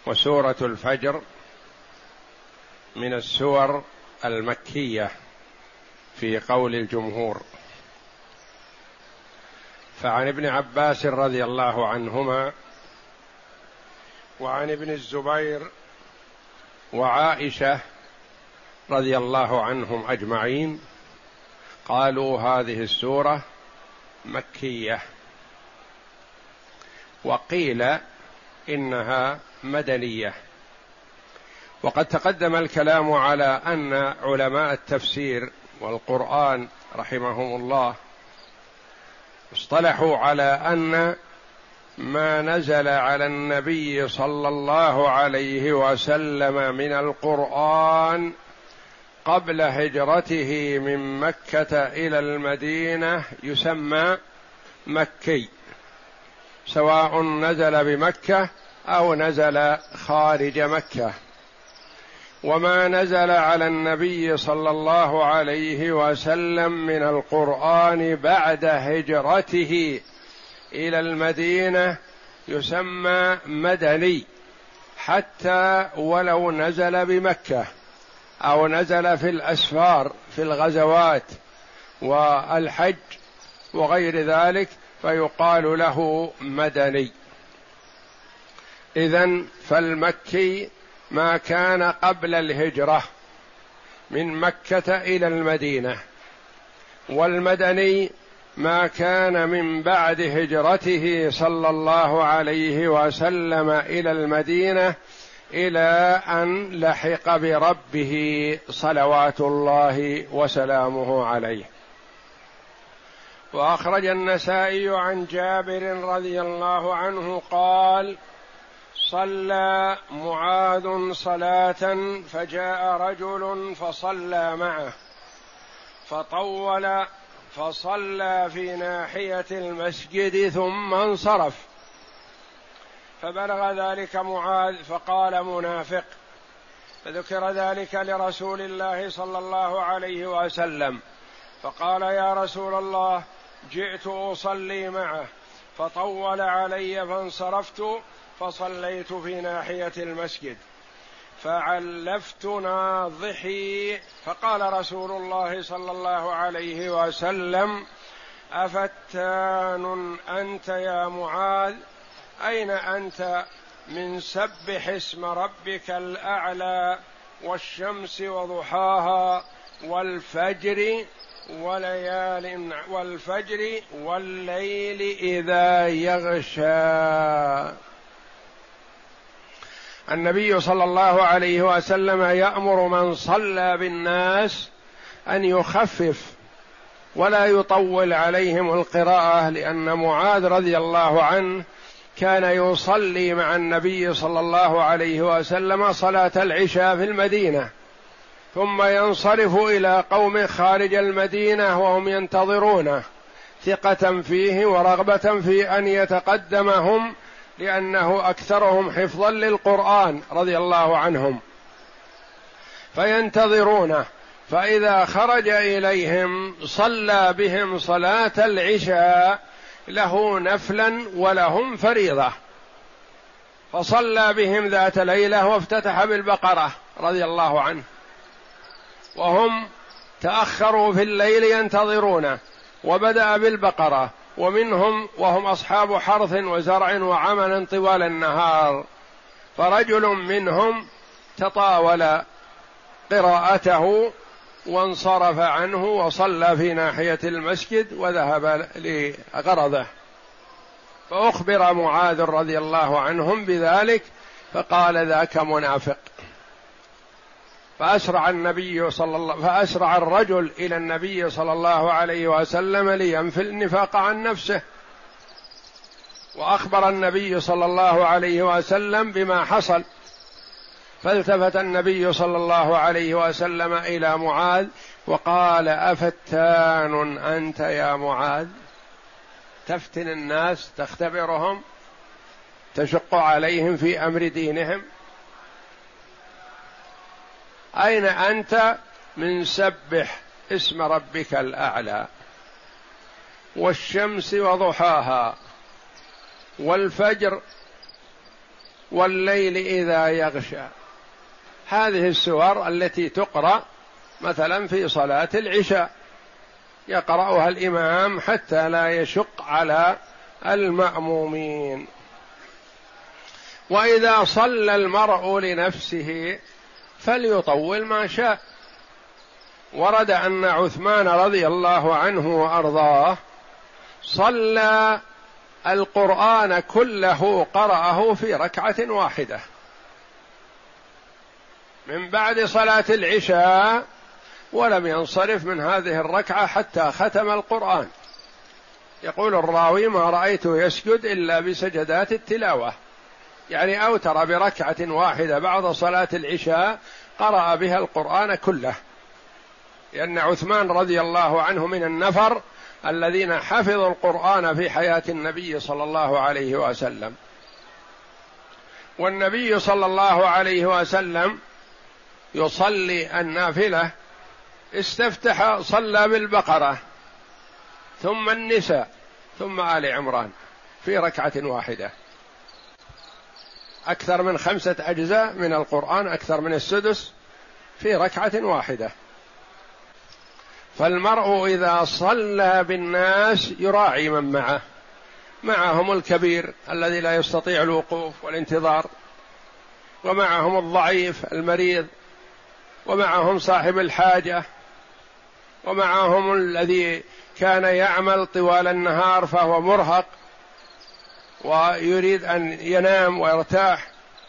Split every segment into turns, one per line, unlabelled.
وسورة الفجر من السور المكية في قول الجمهور. فعن ابن عباس رضي الله عنهما وعن ابن الزبير وعائشة رضي الله عنهم أجمعين قالوا هذه السورة مكية، وقيل إنها مدنية. وقد تقدم الكلام على أن علماء التفسير والقرآن رحمهم الله اصطلحوا على أن ما نزل على النبي صلى الله عليه وسلم من القرآن قبل هجرته من مكة إلى المدينة يسمى مكي، سواء نزل بمكة أو نزل خارج مكة. وما نزل على النبي صلى الله عليه وسلم من القرآن بعد هجرته إلى المدينة يسمى مدني، حتى ولو نزل بمكة أو نزل في الأسفار في الغزوات والحج وغير ذلك فيقال له مدني. إذن فالمكي ما كان قبل الهجرة من مكة إلى المدينة، والمدني ما كان من بعد هجرته صلى الله عليه وسلم إلى المدينة إلى أن لحق بربه صلوات الله وسلامه عليه. وأخرج النسائي عن جابر رضي الله عنه قال: صلى معاذ صلاة فجاء رجل فصلى معه فطول فصلى في ناحية المسجد ثم انصرف، فبلغ ذلك معاذ فقال: منافق. فذكر ذلك لرسول الله صلى الله عليه وسلم فقال: يا رسول الله، جئت أصلي معه فطول علي فانصرفت فصليت في ناحية المسجد فعلفت ناضحي. فقال رسول الله صلى الله عليه وسلم: أفتان أنت يا معاذ؟ أين أنت من سبح اسم ربك الأعلى والشمس وضحاها والفجر والليل إذا يغشى. النبي صلى الله عليه وسلم يأمر من صلى بالناس أن يخفف ولا يطول عليهم القراءة، لأن معاذ رضي الله عنه كان يصلي مع النبي صلى الله عليه وسلم صلاة العشاء في المدينة، ثم ينصرف إلى قوم خارج المدينة وهم ينتظرونه ثقة فيه ورغبة في أن يتقدمهم، لأنه أكثرهم حفظا للقرآن رضي الله عنهم، فينتظرونه. فإذا خرج إليهم صلى بهم صلاة العشاء، له نفلا ولهم فريضة. فصلى بهم ذات ليلة وافتتح بالبقرة رضي الله عنه، وهم تأخروا في الليل ينتظرونه، وبدأ بالبقرة، ومنهم وهم أصحاب حرث وزرع وعمل طوال النهار، فرجل منهم تطاول قراءته وانصرف عنه وصلى في ناحية المسجد وذهب لغرضه، فأخبر معاذ رضي الله عنهم بذلك فقال: ذاك منافق. فأسرع الرجل إلى النبي صلى الله عليه وسلم لينفي النفاق عن نفسه، وأخبر النبي صلى الله عليه وسلم بما حصل. فالتفت النبي صلى الله عليه وسلم إلى معاذ وقال: أفتان أنت يا معاذ؟ تفتن الناس، تختبرهم، تشق عليهم في أمر دينهم. أين أنت من سبح اسم ربك الأعلى والشمس وضحاها والفجر والليل إذا يغشى. هذه السور التي تقرأ مثلا في صلاة العشاء، يقرأها الإمام حتى لا يشق على المأمومين. وإذا صلى المرء لنفسه فليطول ما شاء. ورد أن عثمان رضي الله عنه وأرضاه صلى القرآن كله، قرأه في ركعة واحدة من بعد صلاة العشاء، ولم ينصرف من هذه الركعة حتى ختم القرآن. يقول الراوي: ما رأيته يسجد إلا بسجدات التلاوة، يعني أوتر بركعة واحدة بعد صلاة العشاء قرأ بها القرآن كله، لأن عثمان رضي الله عنه من النفر الذين حفظوا القرآن في حياة النبي صلى الله عليه وسلم. والنبي صلى الله عليه وسلم يصلي النافلة استفتح صلى بالبقرة ثم النساء ثم آل عمران في ركعة واحدة، أكثر من 5 أجزاء من القرآن، أكثر من السدس في ركعة واحدة. فالمرء إذا صلى بالناس يراعي من معه، معهم الكبير الذي لا يستطيع الوقوف والانتظار، ومعهم الضعيف المريض، ومعهم صاحب الحاجة، ومعهم الذي كان يعمل طوال النهار فهو مرهق ويريد أن ينام ويرتاح.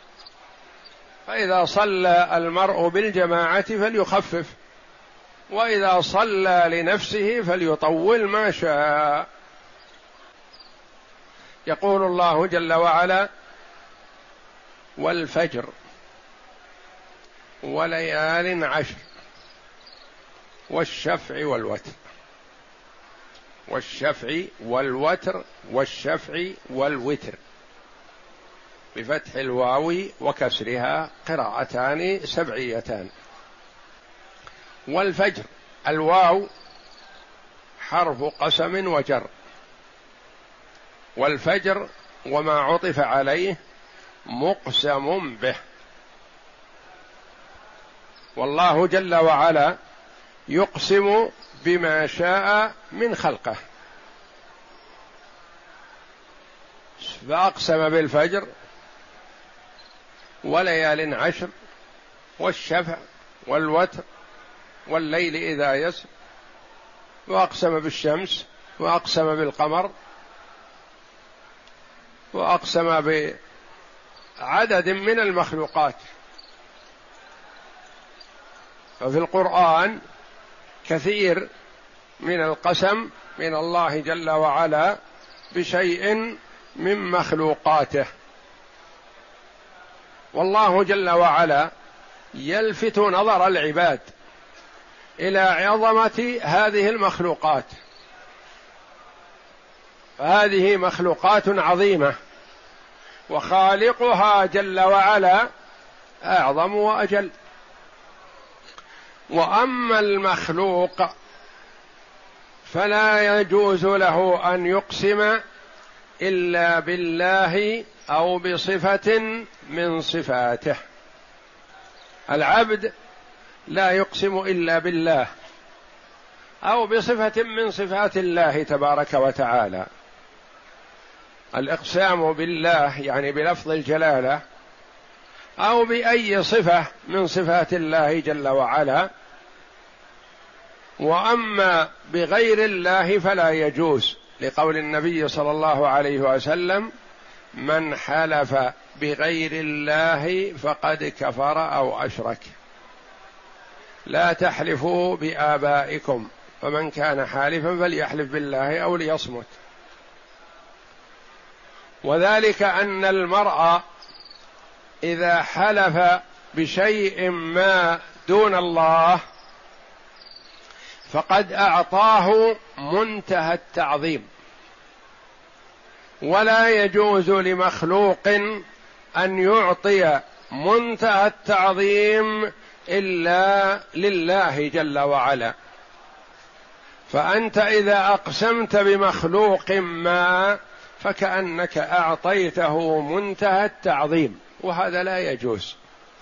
فإذا صلى المرء بالجماعة فليخفف، وإذا صلى لنفسه فليطول ما شاء. يقول الله جل وعلا: والفجر وليال عشر والشفع والوتر. والشفع والوتر، والشفع والوتر بفتح الواو وكسرها، قراءتان سبعيتان. والفجر، الواو حرف قسم وجر، والفجر وما عطف عليه مقسم به. والله جل وعلا يقسم بما شاء من خلقه، فأقسم بالفجر وليال عشر والشفع والوتر والليل إذا يسر، وأقسم بالشمس، وأقسم بالقمر، وأقسم بعدد من المخلوقات. ففي القرآن كثير من القسم من الله جل وعلا بشيء من مخلوقاته. والله جل وعلا يلفت نظر العباد إلى عظمة هذه المخلوقات، فهذه مخلوقات عظيمة، وخالقها جل وعلا أعظم وأجل. وأما المخلوق فلا يجوز له أن يقسم إلا بالله أو بصفة من صفاته. العبد لا يقسم إلا بالله أو بصفة من صفات الله تبارك وتعالى. الإقسام بالله يعني بلفظ الجلالة أو بأي صفة من صفات الله جل وعلا. وأما بغير الله فلا يجوز، لقول النبي صلى الله عليه وسلم: من حلف بغير الله فقد كفر أو أشرك. لا تحلفوا بآبائكم، فمن كان حالفا فليحلف بالله أو ليصمت. وذلك أن المرء إذا حلف بشيء ما دون الله فقد أعطاه منتهى التعظيم، ولا يجوز لمخلوق أن يعطي منتهى التعظيم إلا لله جل وعلا. فأنت إذا أقسمت بمخلوق ما فكأنك أعطيته منتهى التعظيم، وهذا لا يجوز.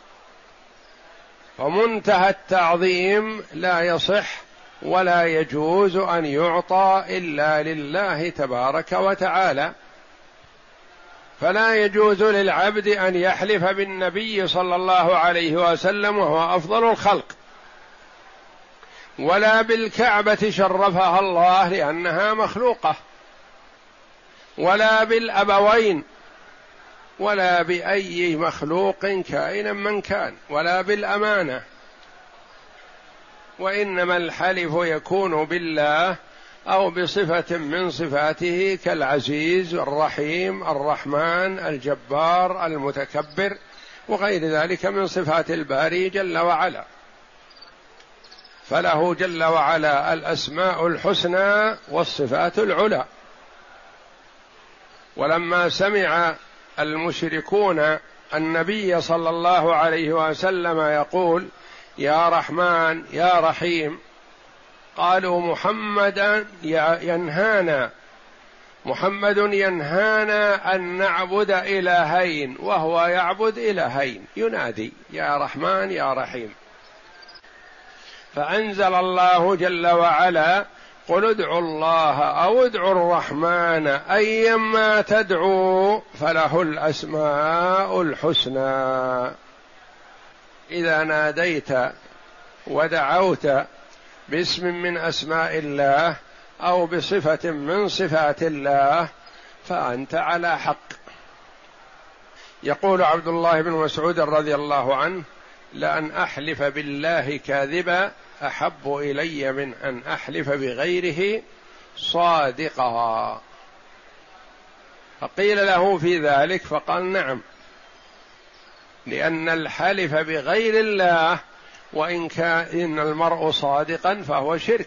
فمنتهى التعظيم لا يصح ولا يجوز أن يعطى إلا لله تبارك وتعالى. فلا يجوز للعبد أن يحلف بالنبي صلى الله عليه وسلم وهو أفضل الخلق، ولا بالكعبة شرفها الله لأنها مخلوقة، ولا بالأبوين، ولا بأي مخلوق كائنا من كان، ولا بالأمانة. وإنما الحلف يكون بالله أو بصفة من صفاته كالعزيز الرحيم الرحمن الجبار المتكبر وغير ذلك من صفات الباري جل وعلا. فله جل وعلا الأسماء الحسنى والصفات العلى. ولما سمع المشركون النبي صلى الله عليه وسلم يقول يا رحمن يا رحيم، قالوا محمد ينهانا أن نعبد إلهين وهو يعبد إلهين، ينادي يا رحمن يا رحيم. فأنزل الله جل وعلا قل ادعوا الله أو ادعوا الرحمن أيما تدعوا فله الأسماء الحسنى. إذا ناديت ودعوت باسم من أسماء الله أو بصفة من صفات الله فأنت على حق. يقول عبد الله بن مسعود رضي الله عنه لأن أحلف بالله كاذبا أحب إلي من أن أحلف بغيره صادقا. فقيل له في ذلك فقال نعم، لأن الحلف بغير الله وإن كان المرء صادقا فهو شرك،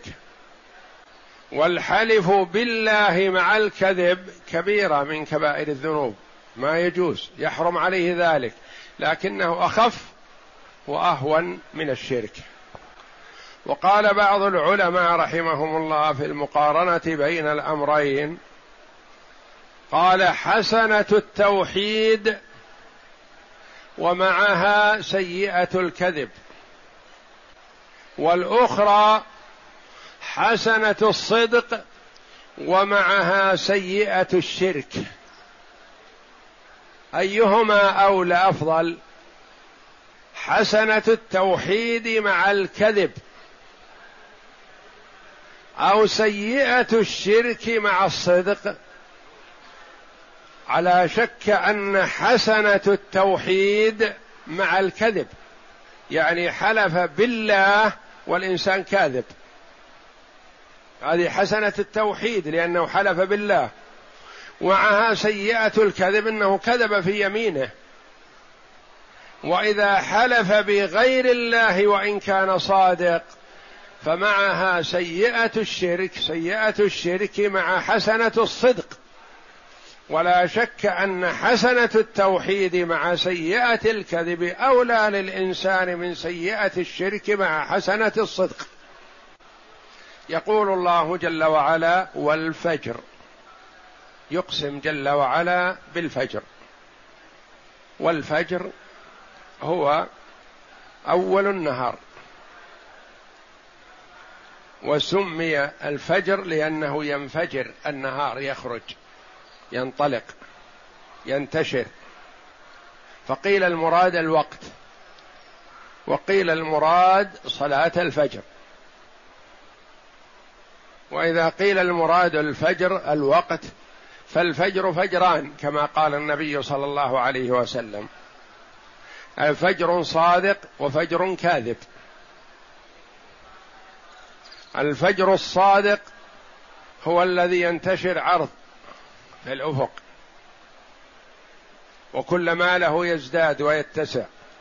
والحلف بالله مع الكذب كبيرة من كبائر الذنوب ما يجوز، يحرم عليه ذلك، لكنه أخف وأهون من الشرك. وقال بعض العلماء رحمهم الله في المقارنة بين الأمرين، قال حسنة التوحيد ومعها سيئة الكذب، والأخرى حسنة الصدق ومعها سيئة الشرك، أيهما أولى أفضل؟ حسنة التوحيد مع الكذب أو سيئة الشرك مع الصدق؟ على شك أن حسنة التوحيد مع الكذب، يعني حلف بالله والإنسان كاذب، هذه حسنة التوحيد لأنه حلف بالله، ومعها سيئة الكذب أنه كذب في يمينه. وإذا حلف بغير الله وإن كان صادق فمعها سيئة الشرك مع حسنة الصدق. ولا شك أن حسنة التوحيد مع سيئة الكذب أولى للإنسان من سيئة الشرك مع حسنة الصدق. يقول الله جل وعلا والفجر، يقسم جل وعلا بالفجر، والفجر هو أول النهار، وسمي الفجر لأنه ينفجر النهار، يخرج ينطلق ينتشر، فقيل المراد الوقت، وقيل المراد صلاة الفجر. وإذا قيل المراد الفجر الوقت فالفجر فجران كما قال النبي صلى الله عليه وسلم، الفجر صادق وفجر كاذب. الفجر الصادق هو الذي ينتشر عرض في الأفق وكلما له يزداد ويتسع،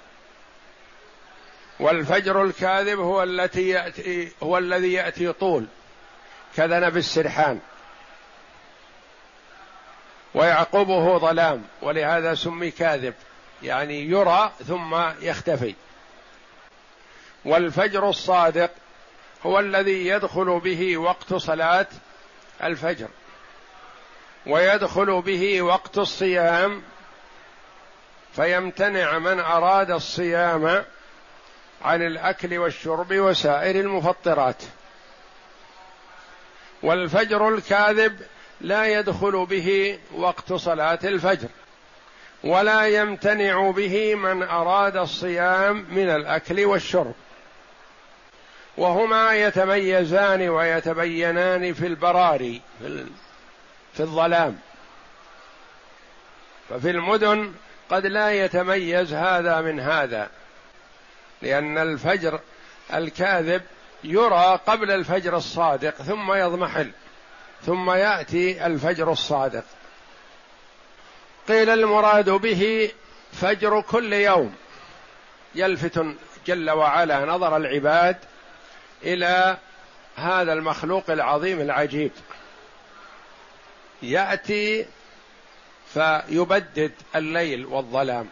والفجر الكاذب هو الذي يأتي طول كذنب السرحان ويعقبه ظلام، ولهذا سمي كاذب، يعني يرى ثم يختفي. والفجر الصادق هو الذي يدخل به وقت صلاة الفجر ويدخل به وقت الصيام فيمتنع من أراد الصيام عن الأكل والشرب وسائر المفطرات. والفجر الكاذب لا يدخل به وقت صلاة الفجر، ولا يمتنع به من أراد الصيام من الأكل والشرب، وهما يتميزان ويتبينان في البراري في الظلام. ففي المدن قد لا يتميز هذا من هذا، لأن الفجر الكاذب يرى قبل الفجر الصادق ثم يضمحل، ثم يأتي الفجر الصادق. قيل المراد به فجر كل يوم، يلفت جل وعلا نظر العباد إلى هذا المخلوق العظيم العجيب، يأتي فيبدد الليل والظلام،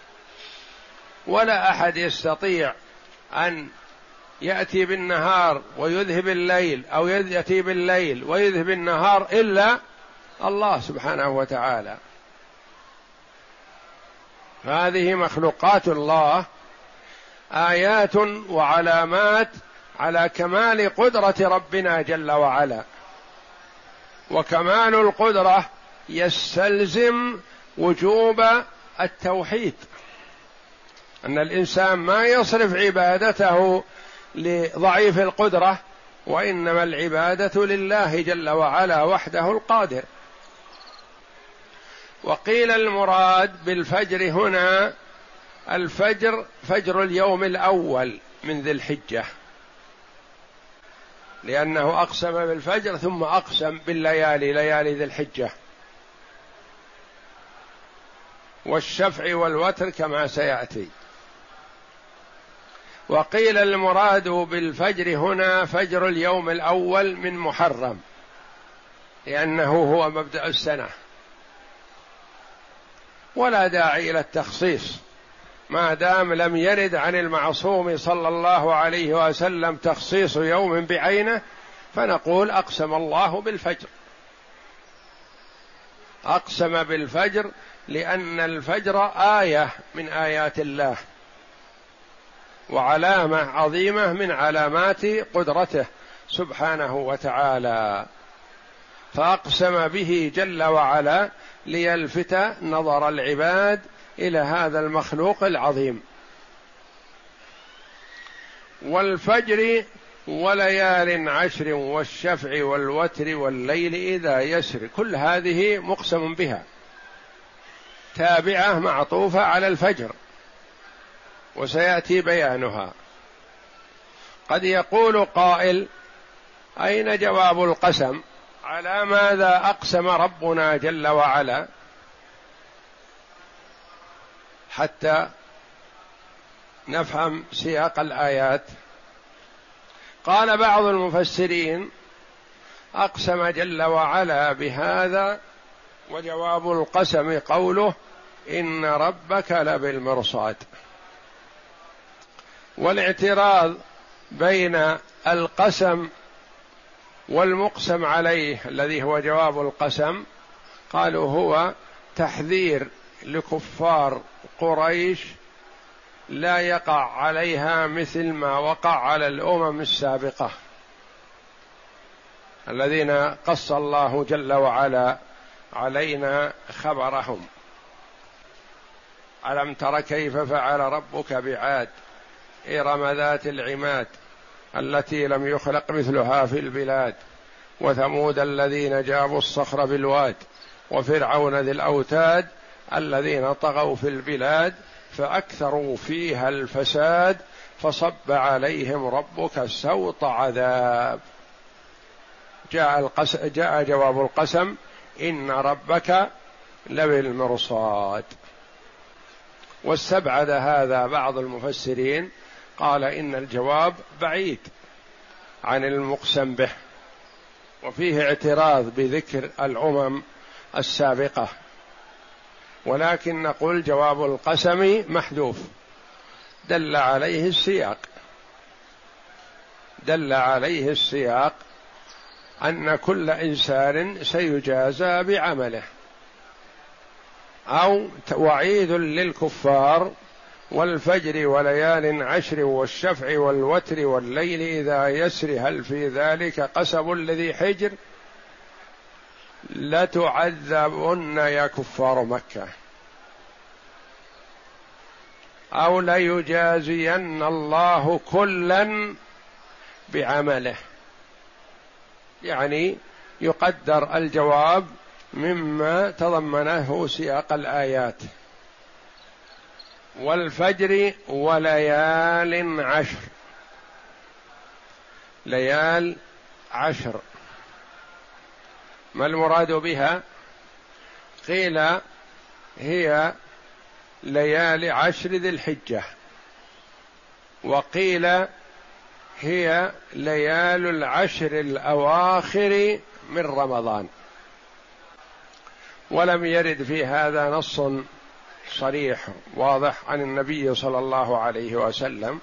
ولا أحد يستطيع أن يأتي بالنهار ويذهب الليل، أو يأتي بالليل ويذهب النهار، إلا الله سبحانه وتعالى. هذه مخلوقات الله آيات وعلامات على كمال قدرة ربنا جل وعلا. وكمال القدرة يستلزم وجوب التوحيد، أن الإنسان ما يصرف عبادته لضعيف القدرة، وإنما العبادة لله جل وعلا وحده القادر. وقيل المراد بالفجر هنا الفجر فجر اليوم الأول من ذي الحجة، لأنه أقسم بالفجر ثم أقسم بالليالي، ليالي ذي الحجة، والشفع والوتر كما سيأتي. وقيل المراد بالفجر هنا فجر اليوم الأول من محرم، لأنه هو مبدأ السنة، ولا داعي إلى التخصيص ما دام لم يرد عن المعصوم صلى الله عليه وسلم تخصيص يوم بعينه، فنقول أقسم الله بالفجر. أقسم بالفجر لأن الفجر آية من آيات الله، وعلامة عظيمة من علامات قدرته سبحانه وتعالى، فأقسم به جل وعلا ليلفت نظر العباد إلى هذا المخلوق العظيم. والفجر وليال عشر والشفع والوتر والليل إذا يسر، كل هذه مقسم بها، تابعة معطوفة على الفجر، وسيأتي بيانها. قد يقول قائل: أين جواب القسم؟ على ماذا أقسم ربنا جل وعلا؟ حتى نفهم سياق الآيات. قال بعض المفسرين: أقسم جل وعلا بهذا، وجواب القسم قوله: إن ربك لبالمرصاد. والاعتراض بين القسم والمقسم عليه الذي هو جواب القسم، قالوا هو تحذير لكفار قريش لا يقع عليها مثل ما وقع على الأمم السابقة الذين قص الله جل وعلا علينا خبرهم. ألم تر كيف فعل ربك بعاد إرم ذات العماد التي لم يخلق مثلها في البلاد، وثمود الذين جابوا الصخر بالواد، وفرعون ذي الأوتاد الذين طغوا في البلاد فأكثروا فيها الفساد فصب عليهم ربك سوط عذاب. جاء جواب القسم: إن ربك لبالمرصاد. واستبعد هذا بعض المفسرين، قال إن الجواب بعيد عن المقسم به، وفيه اعتراض بذكر الأمم السابقة، ولكن نقول جواب القسم محذوف، دل عليه السياق، دل عليه السياق أن كل إنسان سيجازى بعمله. أو وعيد للكفار: والفجر وليال عشر والشفع والوتر والليل إذا يسر هل في ذلك قسم لذي حجر لتعذبن يا كفار مكة أو ليجازين الله كلا بعمله. يعني يقدر الجواب مما تضمنه سياق الآيات. والفجر وليال عشر، ليال عشر ما المراد بها؟ قيل هي ليالي عشر ذي الحجة، وقيل هي ليال العشر الأواخر من رمضان، ولم يرد في هذا نص صريح واضح عن النبي صلى الله عليه وسلم،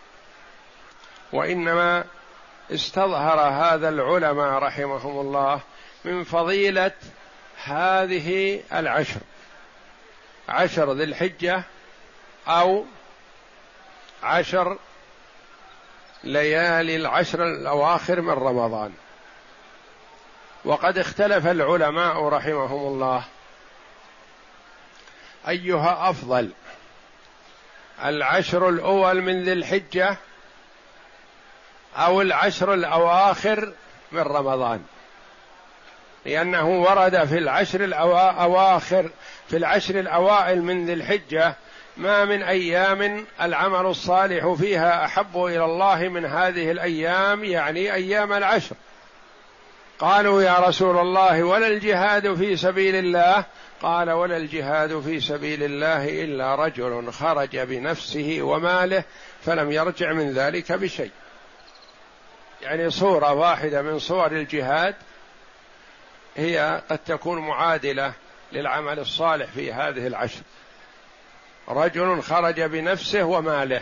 وإنما استظهر هذا العلماء رحمهم الله من فضيلة هذه العشر، عشر ذي الحجة أو عشر ليالي العشر الأواخر من رمضان. وقد اختلف العلماء رحمهم الله أيها أفضل، العشر الأول من ذي الحجة أو العشر الأواخر من رمضان، لأنه ورد في العشر الأواخر في العشر الأوائل من ذي الحجة: ما من أيام العمل الصالح فيها أحب إلى الله من هذه الأيام، يعني أيام العشر. قالوا يا رسول الله ولا الجهاد في سبيل الله؟ قال ولا الجهاد في سبيل الله إلا رجل خرج بنفسه وماله فلم يرجع من ذلك بشيء. يعني صورة واحدة من صور الجهاد هي قد تكون معادلة للعمل الصالح في هذه العشر: رجل خرج بنفسه وماله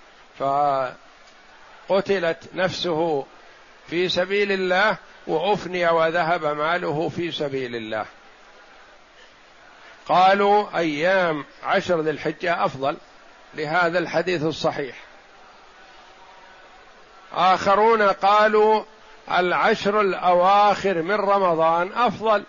فقتلت نفسه في سبيل الله وأفني وذهب ماله في سبيل الله. قالوا أيام عشر ذي الحجة أفضل لهذا الحديث الصحيح. آخرون قالوا العشر الأواخر من رمضان أفضل.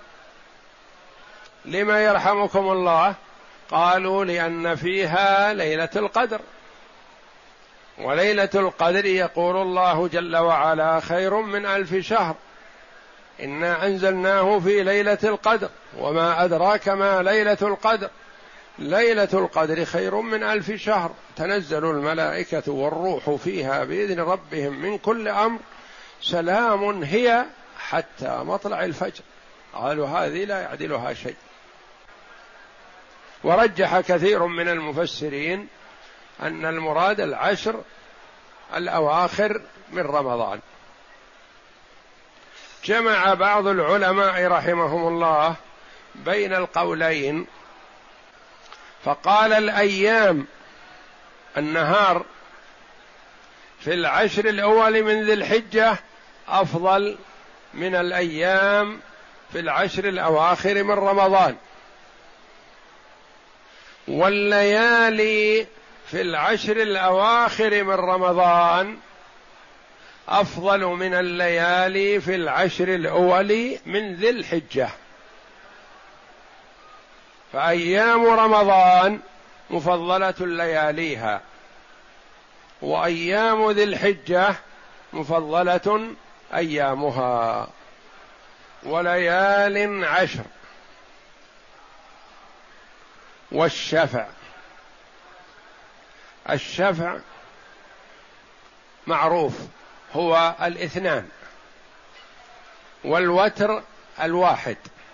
لما يرحمكم الله؟ قالوا لأن فيها ليلة القدر، وليلة القدر يقول الله جل وعلا خير من 1000 شهر، إنا أنزلناه في ليلة القدر وما أدراك ما ليلة القدر، ليلة القدر خير من 1000 شهر، تنزل الملائكة والروح فيها بإذن ربهم من كل أمر، سلام هي حتى مطلع الفجر. قالوا هذه لا يعدلها شيء. ورجح كثير من المفسرين أن المراد العشر الأواخر من رمضان. جمع بعض العلماء رحمهم الله بين القولين فقال الأيام النهار في العشر الأول من ذي الحجة أفضل من الأيام في العشر الأواخر من رمضان، والليالي في العشر الأواخر من رمضان أفضل من الليالي في العشر الأول من ذي الحجة. فأيام رمضان مفضلة لياليها، وأيام ذي الحجة مفضلة أيامها. وليال عشر والشفع، الشفع معروف هو 2، والوتر 1.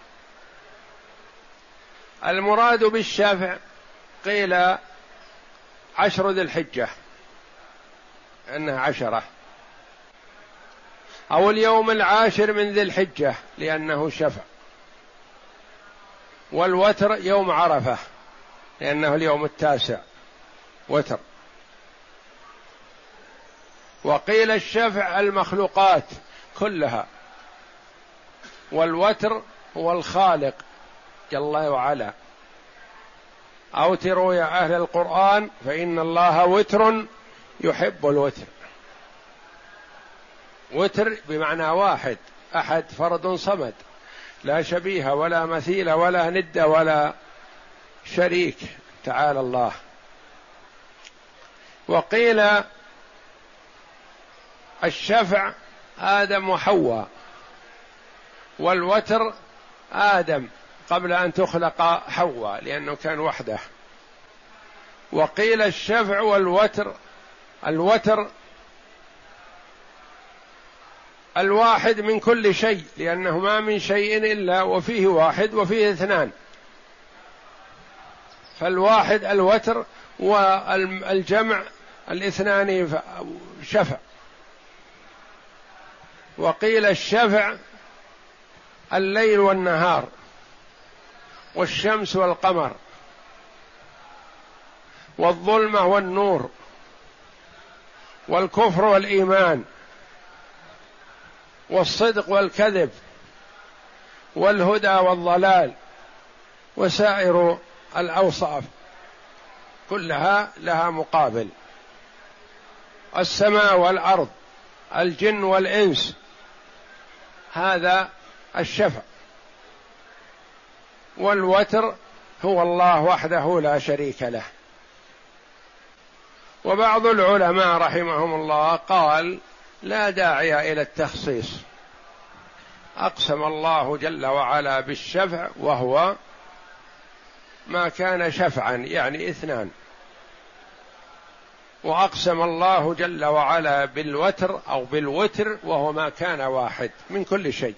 المراد بالشفع قيل 10 ذي الحجة أنها 10، أو اليوم 10 من ذي الحجة لأنه شفع، والوتر يوم عرفة لأنه اليوم 9 وتر. وقيل الشفع المخلوقات كلها، والوتر هو الخالق جل وعلا أوتروا يا أهل القرآن فإن الله وتر يحب الوتر. وتر بمعنى واحد، أحد، فرد صمد، لا شبيه ولا مثيل ولا ند ولا شريك، تعالى الله. وقيل الشفع آدم وحواء، والوتر آدم قبل أن تخلق حواء لأنه كان وحده. وقيل الشفع والوتر، الوتر الواحد من كل شيء، لأنه ما من شيء إلا وفيه واحد وفيه اثنان، فالواحد الوتر والجمع الاثنان شفع. وقيل الشفع الليل والنهار والشمس والقمر والظلمة والنور والكفر والإيمان والصدق والكذب والهدى والضلال وسائر الأوصاف كلها لها مقابل. السماء والأرض، الجن والإنس، هذا الشفع. والوتر هو الله وحده لا شريك له. وبعض العلماء رحمهم الله قال لا داعي إلى التخصيص، أقسم الله جل وعلا بالشفع وهو ما كان شفعا يعني اثنان، وأقسم الله جل وعلا بالوتر أو بالوتر وهو ما كان واحد من كل شيء،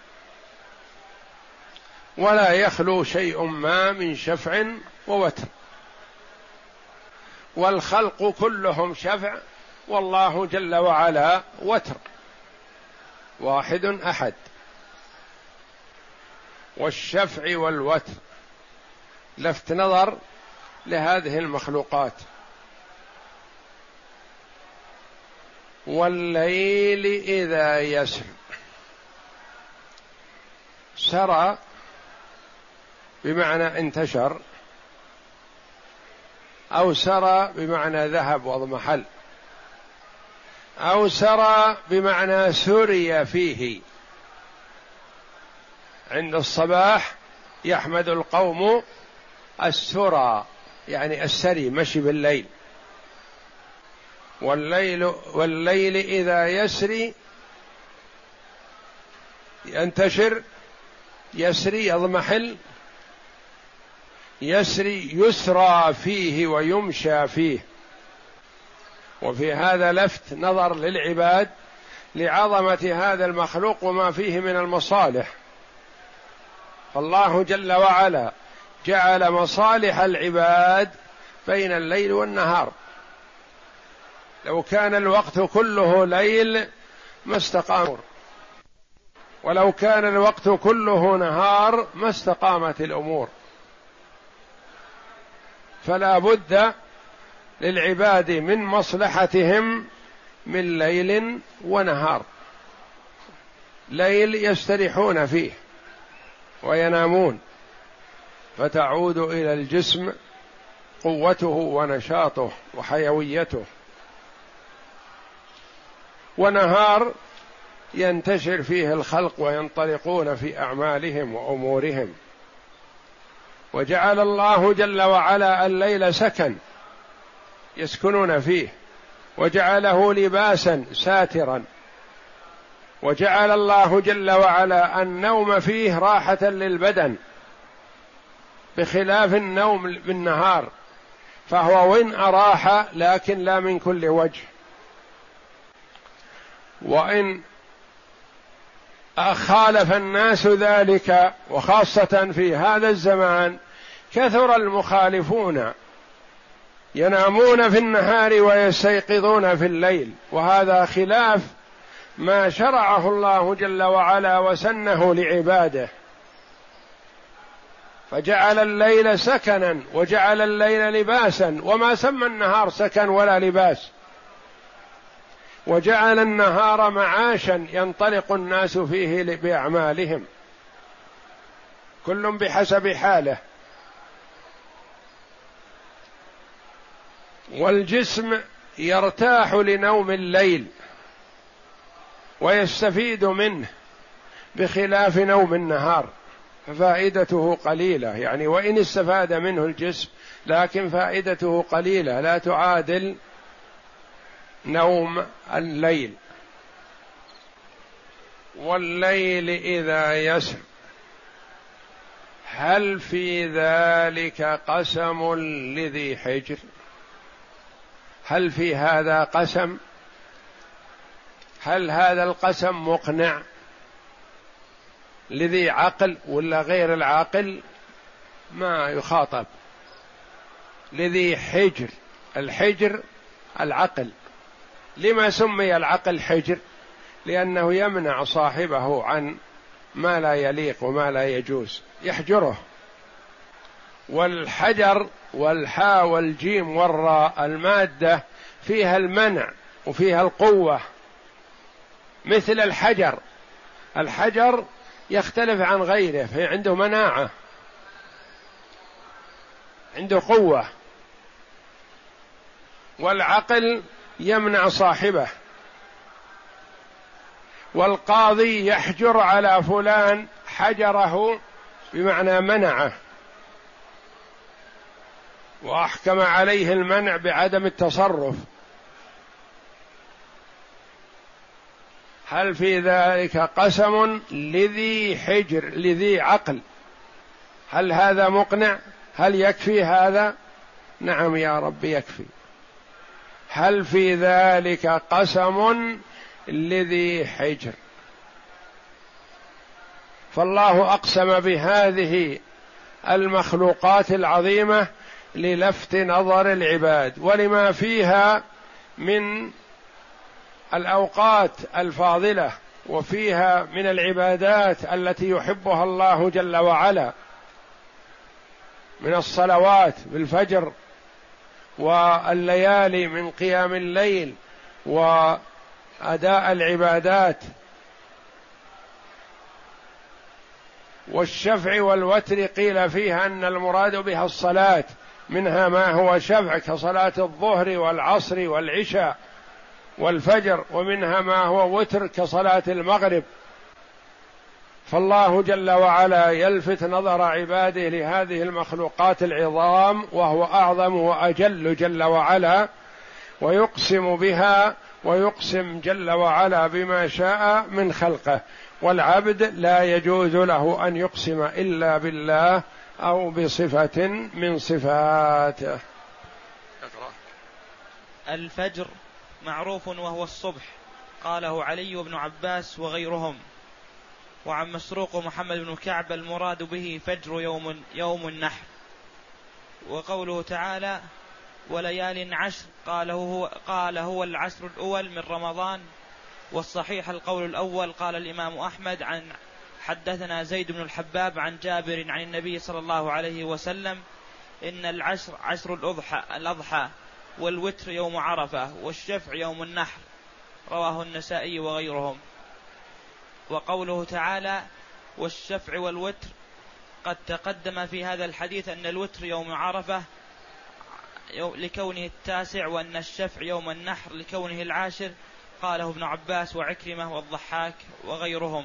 ولا يخلو شيء ما من شفع ووتر، والخلق كلهم شفع، والله جل وعلا وتر واحد أحد. والشفع والوتر لفت نظر لهذه المخلوقات. والليل إذا يسر، سرى بمعنى انتشر، أو سرى بمعنى ذهب واضمحل، أو سرى بمعنى سري فيه. عند الصباح يحمد القوم السرى يعني السري، مشي بالليل. والليل إذا يسري، ينتشر، يسري يضمحل، يسري يسرى فيه ويمشى فيه. وفي هذا لفت نظر للعباد لعظمة هذا المخلوق وما فيه من المصالح. فالله جل وعلا جعل مصالح العباد بين الليل والنهار. لو كان الوقت كله ليل ما استقام، ولو كان الوقت كله نهار ما استقامت الأمور. فلا بد للعباد من مصلحتهم من ليل ونهار. ليل يستريحون فيه وينامون، فتعود إلى الجسم قوته ونشاطه وحيويته، ونهار ينتشر فيه الخلق وينطلقون في أعمالهم وأمورهم. وجعل الله جل وعلا الليل سكن يسكنون فيه، وجعله لباسا ساترا، وجعل الله جل وعلا النوم فيه راحة للبدن بخلاف النوم بالنهار، فهو وإن أراح لكن لا من كل وجه. وإن خالف الناس ذلك، وخاصة في هذا الزمان كثر المخالفون ينامون في النهار ويستيقظون في الليل، وهذا خلاف ما شرعه الله جل وعلا وسنه لعباده. فجعل الليل سكنا وجعل الليل لباسا، وما سمى النهار سكن ولا لباس، وجعل النهار معاشا ينطلق الناس فيه بأعمالهم كل بحسب حاله. والجسم يرتاح لنوم الليل ويستفيد منه بخلاف نوم النهار، ففائدته قليلة، يعني وإن استفاد منه الجسم لكن فائدته قليلة لا تعادل نوم الليل. والليل إذا يسر هل في ذلك قسم لذي حجر؟ هل في هذا قسم؟ هل هذا القسم مقنع لذي عقل ولا غير العاقل؟ ما يخاطب. لذي حجر، الحجر العقل. لما سمي العقل حجر؟ لأنه يمنع صاحبه عن ما لا يليق وما لا يجوز، يحجره. والحجر والحاء والجيم والراء المادة فيها المنع وفيها القوة، مثل الحجر. الحجر يختلف عن غيره، فعنده مناعة، عنده قوة. والعقل يمنع صاحبه. والقاضي يحجر على فلان، حجره بمعنى منعه، وأحكم عليه المنع بعدم التصرف. هل في ذلك قسم لذي حجر لذي عقل؟ هل هذا مقنع؟ هل يكفي هذا؟ نعم يا رب يكفي. هل في ذلك قسم لذي حجر؟ فالله أقسم بهذه المخلوقات العظيمة للفت نظر العباد ولما فيها من الأوقات الفاضلة، وفيها من العبادات التي يحبها الله جل وعلا، من الصلوات بالفجر والليالي من قيام الليل وأداء العبادات. والشفع والوتر قيل فيها أن المراد بها الصلاة، منها ما هو شفع كصلاة الظهر والعصر والعشاء والفجر، ومنها ما هو وتر كصلاة المغرب. فالله جل وعلا يلفت نظر عباده لهذه المخلوقات العظام، وهو أعظم وأجل جل وعلا، ويقسم بها، ويقسم جل وعلا بما شاء من خلقه. والعبد لا يجوز له أن يقسم إلا بالله أو بصفة من صفاته.
الفجر معروف وهو الصبح، قاله علي بن عباس وغيرهم. وعن مسروق محمد بن كعب المراد به فجر يوم النحر. وقوله تعالى وليال عشر قال هو العشر الأول من رمضان. والصحيح القول الأول. قال الإمام أحمد عن حدثنا زيد بن الحباب عن جابر عن النبي صلى الله عليه وسلم إن العشر عشر الأضحى والوتر يوم عرفة والشفع يوم النحر. رواه النسائي وغيرهم. وقوله تعالى والشفع والوتر قد تقدم في هذا الحديث أن الوتر يوم عرفة لكونه التاسع، وأن الشفع يوم النحر لكونه العاشر. قاله ابن عباس وعكرمة والضحاك وغيرهم.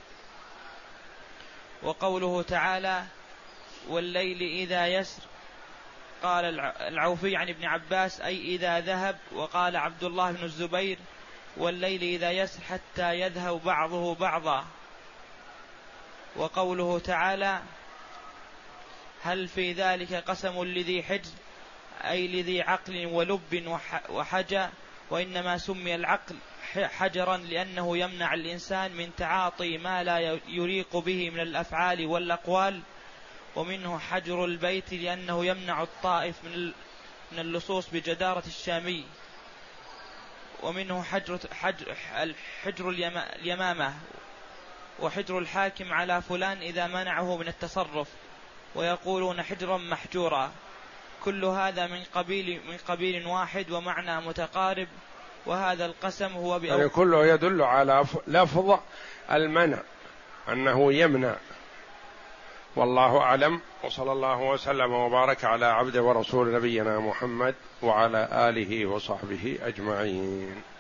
وقوله تعالى والليل إذا يسر قال العوفي عن ابن عباس أي إذا ذهب. وقال عبد الله بن الزبير والليل إذا يسر حتى يذهب بعضه بعضا. وقوله تعالى هل في ذلك قسم لذي حجر أي لذي عقل ولب وحجى. وإنما سمي العقل حجرا لأنه يمنع الإنسان من تعاطي ما لا يليق به من الأفعال والأقوال. ومنه حجر البيت لأنه يمنع الطائف من اللصوص بجدارة الشامي. ومنه حجر اليمامة وحجر الحاكم على فلان إذا منعه من التصرف، ويقولون حجرا محجورا. كل هذا من قبيل واحد ومعنى متقارب. وهذا القسم هو
يعني كله يدل على لفظ المنع، أنه يمنع. والله أعلم، وصلى الله وسلم وبارك على عبد ورسول نبينا محمد وعلى آله وصحبه أجمعين.